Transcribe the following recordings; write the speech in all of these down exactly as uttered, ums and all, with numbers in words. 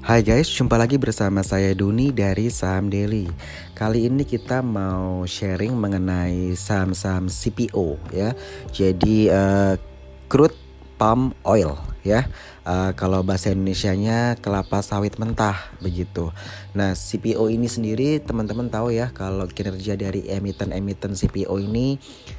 Hai guys, jumpa lagi bersama saya Duni dari Saham Daily. Kali ini kita mau sharing mengenai saham-saham C P O ya. Jadi uh, crude palm oil ya. Uh, kalau bahasa Indonesianya kelapa sawit mentah begitu. Nah, C P O ini sendiri teman-teman tahu ya, kalau kinerja dari emiten-emiten C P O ini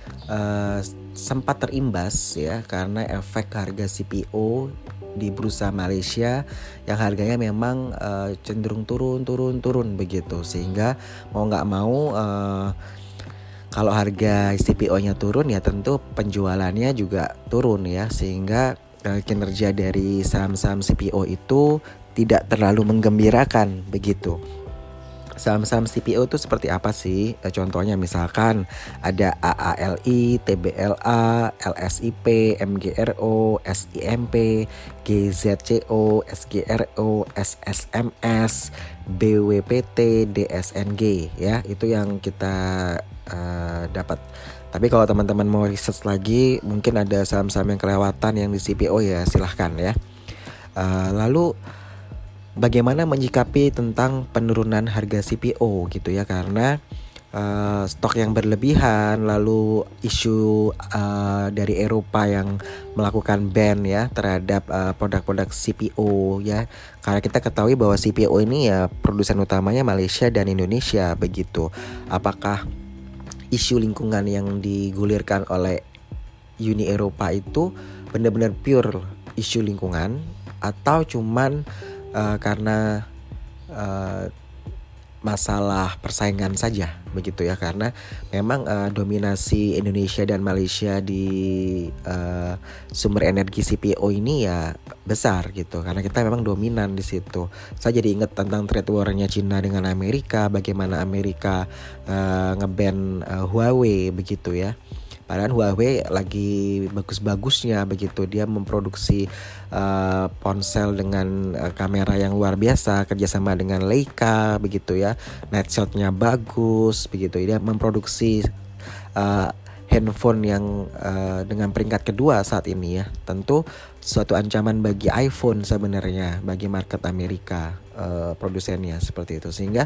uh, sempat terimbas ya karena efek harga C P O di bursa Malaysia yang harganya memang uh, cenderung turun turun turun begitu, sehingga mau nggak mau uh, kalau harga C P O-nya turun ya tentu penjualannya juga turun ya, sehingga uh, kinerja dari saham-saham C P O itu tidak terlalu menggembirakan begitu. Saham-saham C P O itu seperti apa sih? E, contohnya misalkan ada A A L I, T B L A, L S I P, M G R O, S I M P, G Z C O, S G R O, S S M S, B W P T, D S N G ya. Itu yang kita uh, dapat. Tapi kalau teman-teman mau research lagi, mungkin ada saham-saham yang kelewatan yang di C P O ya silahkan ya. Uh, lalu bagaimana menyikapi tentang penurunan harga C P O gitu ya, karena uh, stok yang berlebihan, lalu isu uh, dari Eropa yang melakukan ban ya terhadap uh, produk-produk C P O ya. Karena kita ketahui bahwa C P O ini ya produsen utamanya Malaysia dan Indonesia begitu. Apakah isu lingkungan yang digulirkan oleh Uni Eropa itu benar-benar pure isu lingkungan atau cuman Uh, karena uh, masalah persaingan saja begitu ya, karena memang uh, dominasi Indonesia dan Malaysia di uh, sumber energi C P O ini ya besar gitu, karena kita memang dominan di situ. Saya jadi ingat tentang trade war-nya Cina dengan Amerika, bagaimana Amerika uh, ngeban uh, Huawei begitu ya. Padahal Huawei lagi bagus-bagusnya begitu, dia memproduksi uh, ponsel dengan uh, kamera yang luar biasa, kerjasama dengan Leica begitu ya, night shot-nya bagus begitu. Dia memproduksi uh, handphone yang uh, dengan peringkat kedua saat ini ya. Tentu suatu ancaman bagi iPhone sebenarnya, bagi market Amerika uh, produsennya seperti itu. Sehingga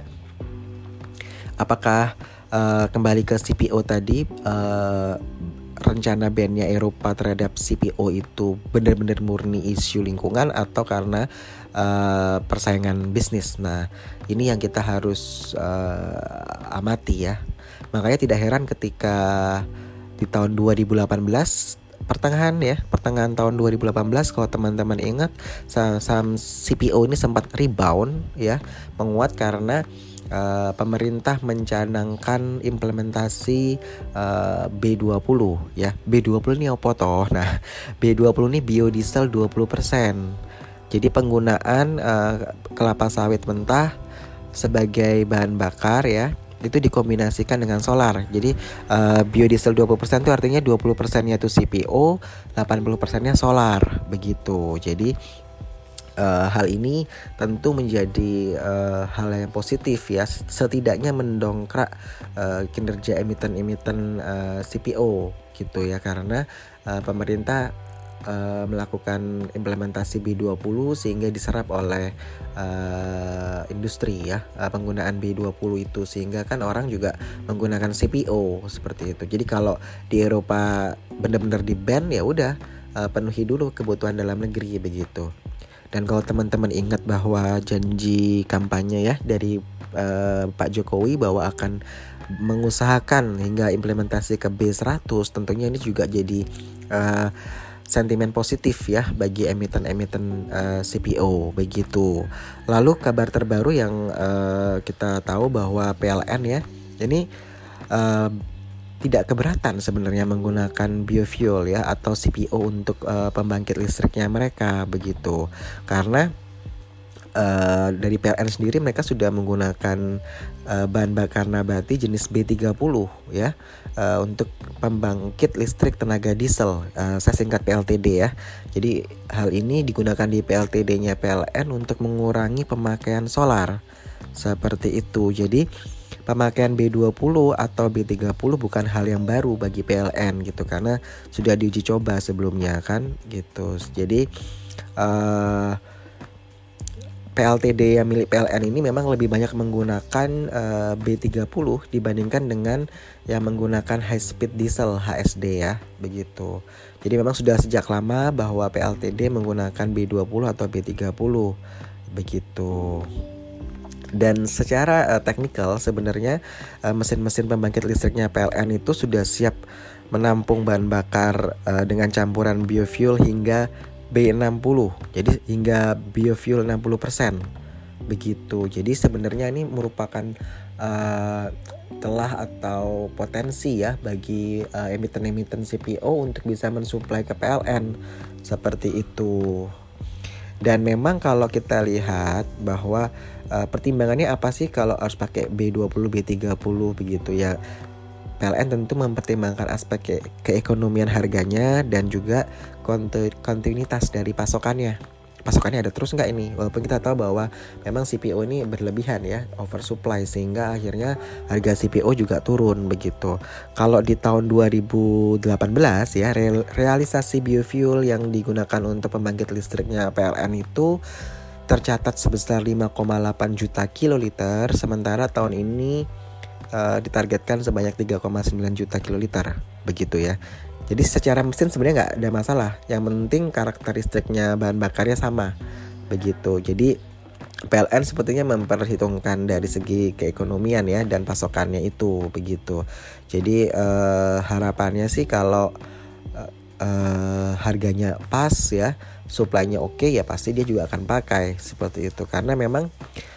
apakah Uh, kembali ke C P O tadi, uh, rencana ban-nya Eropa terhadap C P O itu benar-benar murni isu lingkungan atau karena uh, persaingan bisnis? Nah, ini yang kita harus uh, amati ya. Makanya tidak heran ketika di tahun dua ribu delapan belas pertengahan ya, pertengahan tahun dua ribu delapan belas kalau teman-teman ingat, saham C P O ini sempat rebound ya, menguat karena Uh, pemerintah mencanangkan implementasi uh, B dua puluh ya. B dua puluh ini apa toh? Nah, B dua puluh ini biodiesel dua puluh persen. Jadi penggunaan uh, kelapa sawit mentah sebagai bahan bakar ya, itu dikombinasikan dengan solar. Jadi uh, biodiesel dua puluh persen itu artinya dua puluh persennya itu C P O, delapan puluh persennya solar begitu. Jadi Uh, hal ini tentu menjadi uh, hal yang positif ya, setidaknya mendongkrak uh, kinerja emiten-emiten uh, C P O gitu ya, karena uh, pemerintah uh, melakukan implementasi B dua puluh sehingga diserap oleh uh, industri ya, uh, penggunaan B dua puluh itu, sehingga kan orang juga menggunakan C P O seperti itu. Jadi kalau di Eropa benar-benar di ban ya udah, uh, penuhi dulu kebutuhan dalam negeri begitu. Dan kalau teman-teman ingat bahwa janji kampanye ya dari uh, Pak Jokowi bahwa akan mengusahakan hingga implementasi ke B seratus, tentunya ini juga jadi uh, sentimen positif ya bagi emiten-emiten uh, C P O begitu. Lalu kabar terbaru yang uh, kita tahu bahwa P L N ya, ini uh, tidak keberatan sebenarnya menggunakan biofuel ya atau C P O untuk uh, pembangkit listriknya mereka begitu, karena uh, dari P L N sendiri mereka sudah menggunakan uh, bahan bakar nabati jenis B tiga puluh ya, uh, untuk pembangkit listrik tenaga diesel, uh, saya singkat P L T D ya. Jadi hal ini digunakan di P L T D-nya P L N untuk mengurangi pemakaian solar seperti itu. Jadi pemakaian B dua puluh atau B tiga puluh bukan hal yang baru bagi P L N gitu, karena sudah diuji coba sebelumnya kan gitu. Jadi uh, P L T D yang milik P L N ini memang lebih banyak menggunakan uh, B tiga puluh dibandingkan dengan yang menggunakan high speed diesel H S D ya, begitu. Jadi memang sudah sejak lama bahwa P L T D menggunakan B dua puluh atau B tiga puluh, begitu. Dan secara uh, teknikal sebenarnya uh, mesin-mesin pembangkit listriknya P L N itu sudah siap menampung bahan bakar uh, dengan campuran biofuel hingga B enam puluh. Jadi hingga biofuel enam puluh persen. Begitu. Jadi sebenarnya ini merupakan uh, telah atau potensi ya bagi uh, emiten-emiten C P O untuk bisa mensuplai ke P L N seperti itu. Dan memang kalau kita lihat bahwa uh, pertimbangannya apa sih kalau harus pakai B dua puluh, B tiga puluh begitu ya. P L N tentu mempertimbangkan aspek ke- keekonomian harganya dan juga konti- kontinuitas dari pasokannya. Pasokannya ada terus nggak ini? Walaupun kita tahu bahwa memang C P O ini berlebihan ya, oversupply, sehingga akhirnya harga C P O juga turun begitu. Kalau di tahun dua ribu delapan belas ya, real- realisasi biofuel yang digunakan untuk pembangkit listriknya P L N itu tercatat sebesar lima koma delapan juta kiloliter, sementara tahun ini Uh, ditargetkan sebanyak tiga koma sembilan juta kiloliter, begitu ya. Jadi secara mesin sebenarnya nggak ada masalah. Yang penting karakteristiknya bahan bakarnya sama, begitu. Jadi P L N sepertinya memperhitungkan dari segi keekonomian ya dan pasokannya itu, begitu. Jadi uh, harapannya sih kalau uh, uh, harganya pas ya, supply-nya oke ya pasti dia juga akan pakai seperti itu. Karena memang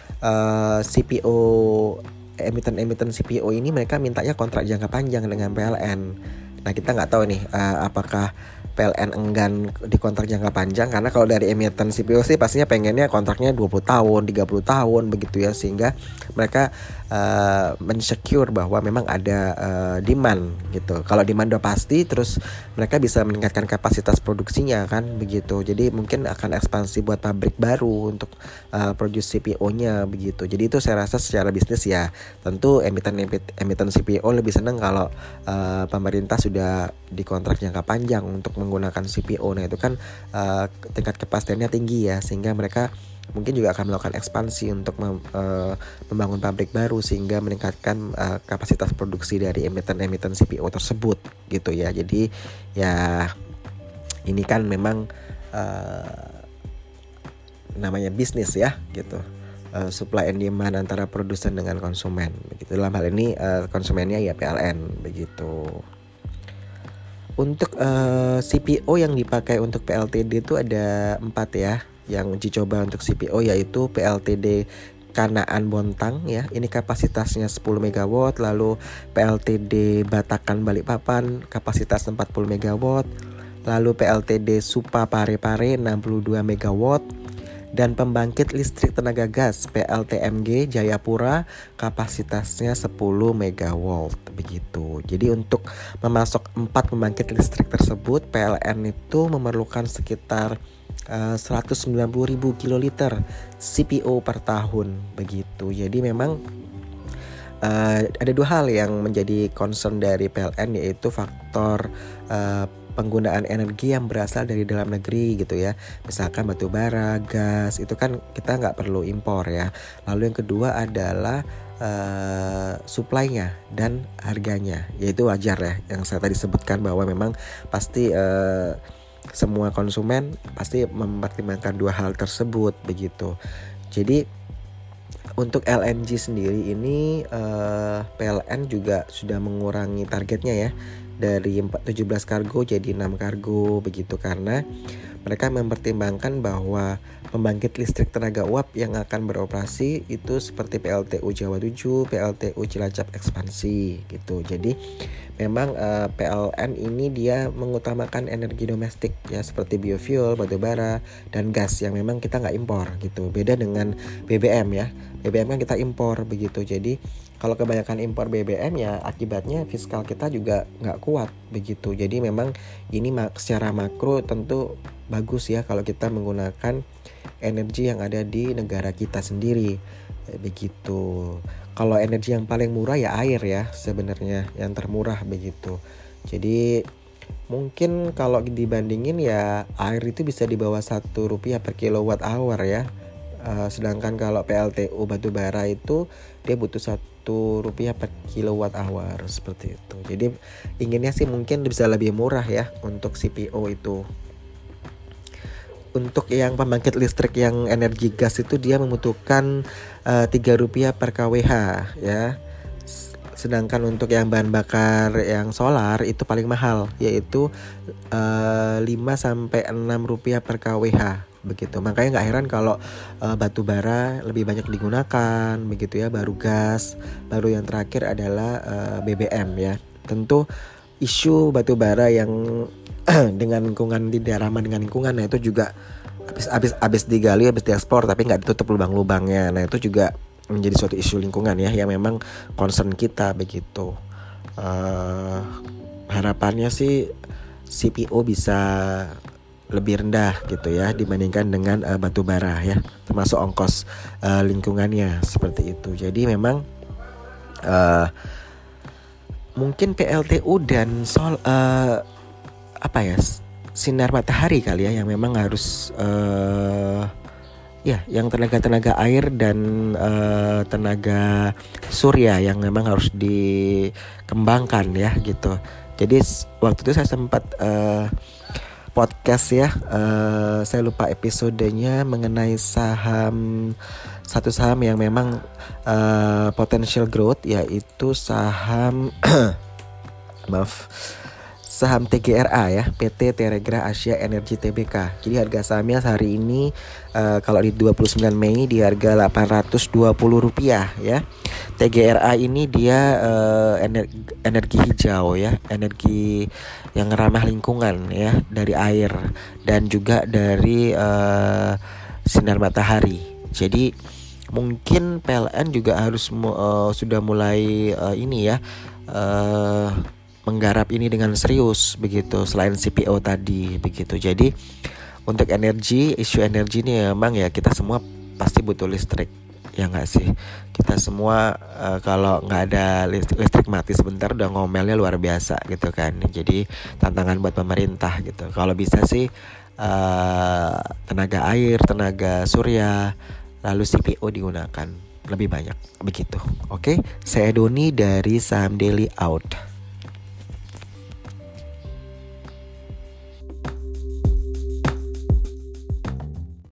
uh, C P O emiten-emiten C P O ini mereka mintanya kontrak jangka panjang dengan P L N. Nah kita nggak tahu nih uh, apakah P L N enggan di kontrak jangka panjang, karena kalau dari emiten C P O sih pastinya pengennya kontraknya dua puluh tahun, tiga puluh tahun begitu ya, sehingga mereka uh, mensecure bahwa memang ada uh, demand gitu. Kalau demand udah pasti, terus mereka bisa meningkatkan kapasitas produksinya kan begitu. Jadi mungkin akan ekspansi buat pabrik baru untuk uh, produce C P O-nya begitu. Jadi itu saya rasa secara bisnis ya tentu emiten emiten C P O lebih senang kalau uh, pemerintah sudah di kontrak jangka panjang untuk menggunakan C P O. Nah itu kan uh, tingkat kepastiannya tinggi ya, sehingga mereka mungkin juga akan melakukan ekspansi untuk mem, uh, membangun pabrik baru sehingga meningkatkan uh, kapasitas produksi dari emiten-emiten C P O tersebut gitu ya. Jadi ya ini kan memang uh, namanya bisnis ya gitu. Uh, supply and demand antara produsen dengan konsumen begitu. Dalam hal ini uh, konsumennya ya P L N begitu. Untuk uh, C P O yang dipakai untuk P L T D itu ada empat ya. Yang uji coba untuk C P O yaitu P L T D Kanaan Bontang ya. Ini kapasitasnya sepuluh megawatt. Lalu P L T D Batakan Balikpapan kapasitas empat puluh megawatt. Lalu P L T D Supa Parepare enam puluh dua megawatt. Dan pembangkit listrik tenaga gas P L T M G Jayapura kapasitasnya sepuluh megawatt begitu. Jadi untuk memasok empat pembangkit listrik tersebut P L N itu memerlukan sekitar uh, seratus sembilan puluh ribu kiloliter C P O per tahun begitu. Jadi memang uh, ada dua hal yang menjadi concern dari P L N, yaitu faktor uh, penggunaan energi yang berasal dari dalam negeri gitu ya. Misalkan batu bara, gas, itu kan kita nggak perlu impor ya. Lalu yang kedua adalah uh, supply-nya dan harganya, yaitu wajar ya yang saya tadi sebutkan bahwa memang pasti uh, semua konsumen pasti mempertimbangkan dua hal tersebut begitu. Jadi untuk L N G sendiri ini uh, P L N juga sudah mengurangi targetnya ya, dari tujuh belas kargo jadi enam kargo begitu, karena mereka mempertimbangkan bahwa pembangkit listrik tenaga uap yang akan beroperasi itu seperti P L T U Jawa tujuh, P L T U Cilacap ekspansi gitu. Jadi memang uh, P L N ini dia mengutamakan energi domestik ya, seperti biofuel, batu bara, dan gas yang memang kita nggak impor gitu. Beda dengan B B M ya, B B M kan kita impor begitu. Jadi kalau kebanyakan impor B B M ya akibatnya fiskal kita juga nggak kuat begitu. Jadi memang ini secara makro tentu bagus ya kalau kita menggunakan energi yang ada di negara kita sendiri begitu. Kalau energi yang paling murah ya air ya sebenarnya yang termurah begitu. Jadi mungkin kalau dibandingin ya air itu bisa di bawah satu rupiah per kilowatt hour ya. Uh, sedangkan kalau P L T U batubara itu dia butuh satu rupiah per kilowatt hour seperti itu. Jadi inginnya sih mungkin bisa lebih murah ya untuk C P O itu. Untuk yang pembangkit listrik yang energi gas itu dia membutuhkan uh, tiga rupiah per kWh ya. Sedangkan untuk yang bahan bakar yang solar itu paling mahal, yaitu uh, lima sampai enam rupiah per kWh begitu. Makanya nggak heran kalau uh, batu bara lebih banyak digunakan begitu ya, baru gas, baru yang terakhir adalah uh, B B M ya. Tentu isu batu bara yang dengan lingkungan tidak ramah dengan lingkungan, nah itu juga habis habis habis digali, habis diekspor tapi nggak ditutup lubang-lubangnya. Nah itu juga menjadi suatu isu lingkungan ya yang memang concern kita begitu. Uh, harapannya sih C P O bisa lebih rendah gitu ya dibandingkan dengan uh, batu bara ya, termasuk ongkos uh, lingkungannya seperti itu. Jadi memang uh, mungkin P L T U dan sol uh, apa ya sinar matahari kali ya yang memang harus uh, ya yang tenaga-tenaga air dan uh, tenaga surya yang memang harus dikembangkan ya gitu. Jadi waktu itu saya sempat uh, podcast ya, uh, saya lupa episodenya mengenai saham, satu saham yang memang uh, potential growth, yaitu saham maaf saham T G R A ya, P T Teregra Asia Energi Tbk. Jadi harga sahamnya hari ini uh, kalau di dua puluh sembilan Mei di harga delapan ratus dua puluh rupiah ya. T G R A ini dia uh, energi, energi hijau ya, energi yang ramah lingkungan ya, dari air dan juga dari uh, sinar matahari. Jadi mungkin P L N juga harus uh, sudah mulai uh, ini ya uh, menggarap ini dengan serius begitu, selain C P O tadi begitu. Jadi untuk energi, isu energi ini memang ya kita semua pasti butuh listrik ya nggak sih. Kita semua uh, kalau nggak ada listrik, listrik mati sebentar udah ngomelnya luar biasa gitu kan. Jadi tantangan buat pemerintah gitu. Kalau bisa sih uh, tenaga air, tenaga surya, lalu C P O digunakan lebih banyak begitu. Oke, saya Doni dari Saham Daily out.